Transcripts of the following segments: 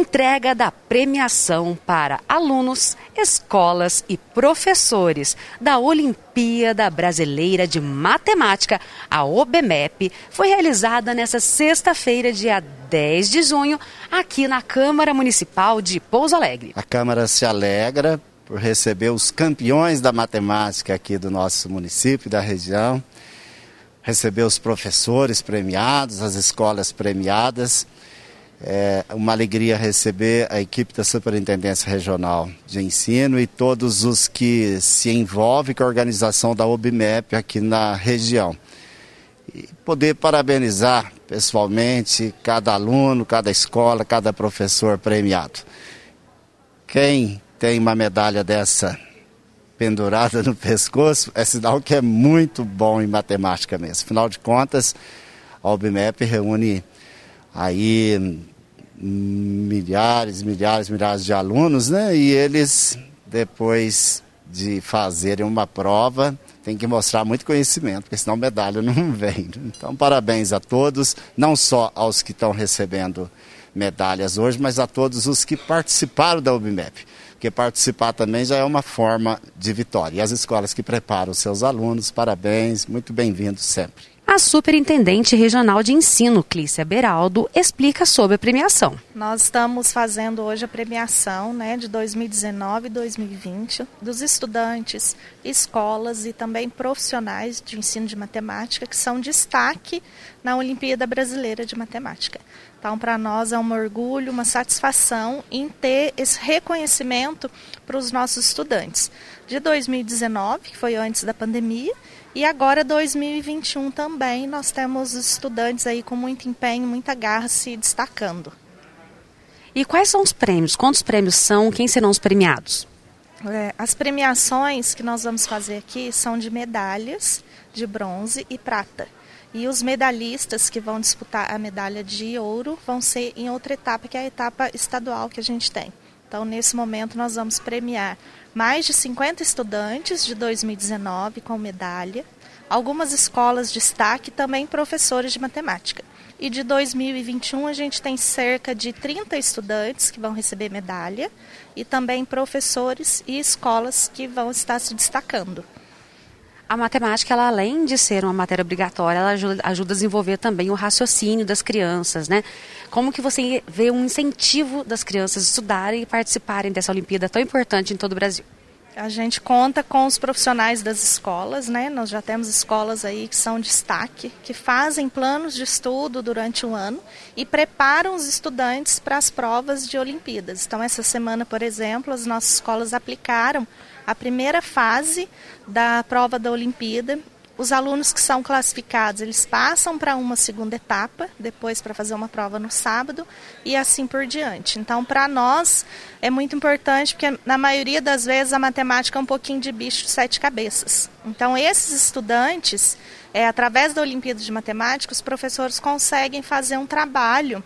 entrega da premiação para alunos, escolas e professores da Olimpíada Brasileira de Matemática, a OBMEP, foi realizada nesta sexta-feira, dia 10 de junho, aqui na Câmara Municipal de Pouso Alegre. A Câmara se alegra por receber os campeões da matemática aqui do nosso município, da região, receber os professores premiados, as escolas premiadas. É uma alegria receber a equipe da Superintendência Regional de Ensino e todos os que se envolvem com a organização da OBMEP aqui na região. E poder parabenizar pessoalmente cada aluno, cada escola, cada professor premiado. Quem tem uma medalha dessa pendurada no pescoço é sinal que é muito bom em matemática mesmo. Afinal de contas, a OBMEP reúne aí milhares de alunos, né? E eles, depois de fazerem uma prova, tem que mostrar muito conhecimento, porque senão medalha não vem. Então, parabéns a todos, não só aos que estão recebendo medalhas hoje, mas a todos os que participaram da OBMEP, porque participar também já é uma forma de vitória. E as escolas que preparam os seus alunos, parabéns, muito bem-vindos sempre. A Superintendente Regional de Ensino, Clícia Beraldo, explica sobre a premiação. Nós estamos fazendo hoje a premiação, de 2019 e 2020 dos estudantes, escolas e também profissionais de ensino de matemática que são destaque na Olimpíada Brasileira de Matemática. Então, para nós é um orgulho, uma satisfação em ter esse reconhecimento para os nossos estudantes. De 2019, que foi antes da pandemia, e agora 2021 também, nós temos estudantes aí com muito empenho, muita garra se destacando. E quais são os prêmios? Quantos prêmios são? Quem serão os premiados? As premiações que nós vamos fazer aqui são de medalhas de bronze e prata. E os medalhistas que vão disputar a medalha de ouro vão ser em outra etapa, que é a etapa estadual que a gente tem. Então, nesse momento, nós vamos premiar mais de 50 estudantes de 2019 com medalha, algumas escolas de destaque e também professores de matemática. E de 2021 a gente tem cerca de 30 estudantes que vão receber medalha e também professores e escolas que vão estar se destacando. A matemática, ela, além de ser uma matéria obrigatória, ela ajuda a desenvolver também o raciocínio das crianças, né? Como que você vê um incentivo das crianças estudarem e participarem dessa Olimpíada tão importante em todo o Brasil? A gente conta com os profissionais das escolas, Nós já temos escolas aí que são destaque, que fazem planos de estudo durante o ano e preparam os estudantes para as provas de Olimpíadas. Então, essa semana, por exemplo, as nossas escolas aplicaram a primeira fase da prova da Olimpíada. Os alunos que são classificados, eles passam para uma segunda etapa, depois para fazer uma prova no sábado e assim por diante. Então, para nós é muito importante, porque na maioria das vezes a matemática é um pouquinho de bicho de 7 cabeças. Então, esses estudantes, através da Olimpíada de Matemática, os professores conseguem fazer um trabalho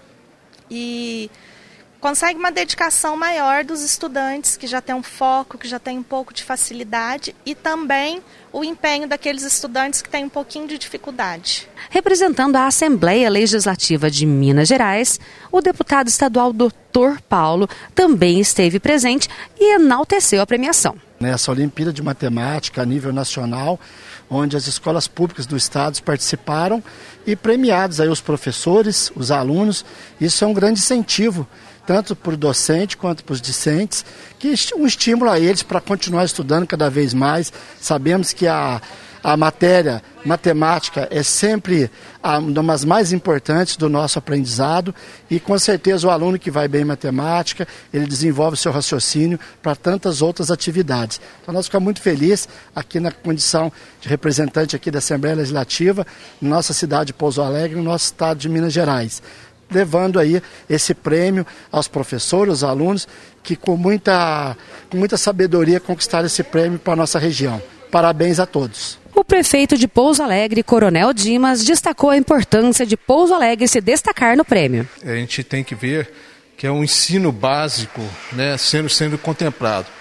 e consegue uma dedicação maior dos estudantes que já têm um foco, que já têm um pouco de facilidade e também o empenho daqueles estudantes que têm um pouquinho de dificuldade. Representando a Assembleia Legislativa de Minas Gerais, o deputado estadual Dr. Paulo também esteve presente e enalteceu a premiação. Nessa Olimpíada de Matemática a nível nacional, onde as escolas públicas do estado participaram e premiados aí os professores, os alunos, isso é um grande incentivo tanto para o docente quanto para os discentes, que um estímulo a eles para continuar estudando cada vez mais. Sabemos que a matéria matemática é sempre uma das mais importantes do nosso aprendizado e com certeza o aluno que vai bem em matemática, ele desenvolve o seu raciocínio para tantas outras atividades. Então nós ficamos muito felizes aqui na condição de representante aqui da Assembleia Legislativa, na nossa cidade de Pouso Alegre, no nosso estado de Minas Gerais, levando aí esse prêmio aos professores, aos alunos, que com muita sabedoria conquistaram esse prêmio para a nossa região. Parabéns a todos. O prefeito de Pouso Alegre, Coronel Dimas, destacou a importância de Pouso Alegre se destacar no prêmio. A gente tem que ver que é um ensino básico, sendo contemplado.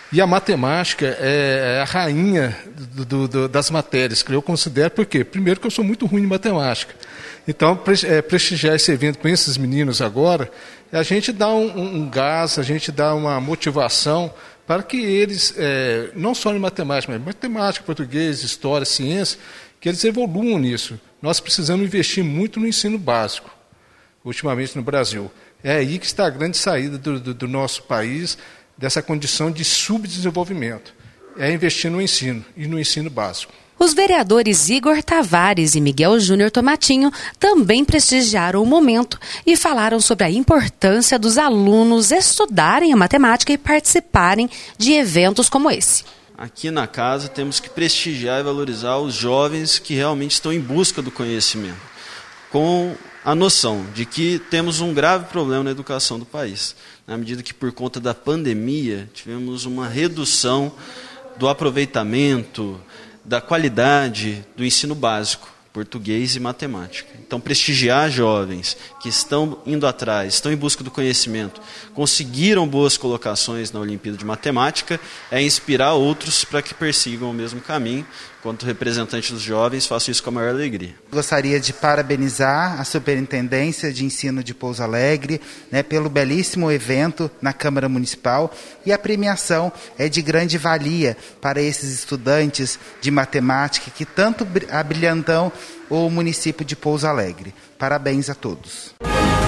E a matemática é a rainha das matérias, que eu considero. Por quê? Primeiro que eu sou muito ruim em matemática. Então, prestigiar esse evento com esses meninos agora, a gente dá um gás, a gente dá uma motivação para que eles, não só em matemática, mas matemática, português, história, ciência, que eles evoluam nisso. Nós precisamos investir muito no ensino básico, ultimamente no Brasil. É aí que está a grande saída do nosso país, dessa condição de subdesenvolvimento. É investir no ensino e no ensino básico. Os vereadores Igor Tavares e Miguel Júnior Tomatinho também prestigiaram o momento e falaram sobre a importância dos alunos estudarem a matemática e participarem de eventos como esse. Aqui na casa temos que prestigiar e valorizar os jovens que realmente estão em busca do conhecimento, com a noção de que temos um grave problema na educação do país. Na medida que, por conta da pandemia, tivemos uma redução do aproveitamento, da qualidade do ensino básico, português e matemática. Então, prestigiar jovens que estão indo atrás, estão em busca do conhecimento, conseguiram boas colocações na Olimpíada de Matemática, é inspirar outros para que persigam o mesmo caminho. Quanto representante dos jovens, faço isso com a maior alegria. Gostaria de parabenizar a Superintendência de Ensino de Pouso Alegre, pelo belíssimo evento na Câmara Municipal, e a premiação é de grande valia para esses estudantes de matemática que tanto abrilhantam o município de Pouso Alegre. Parabéns a todos.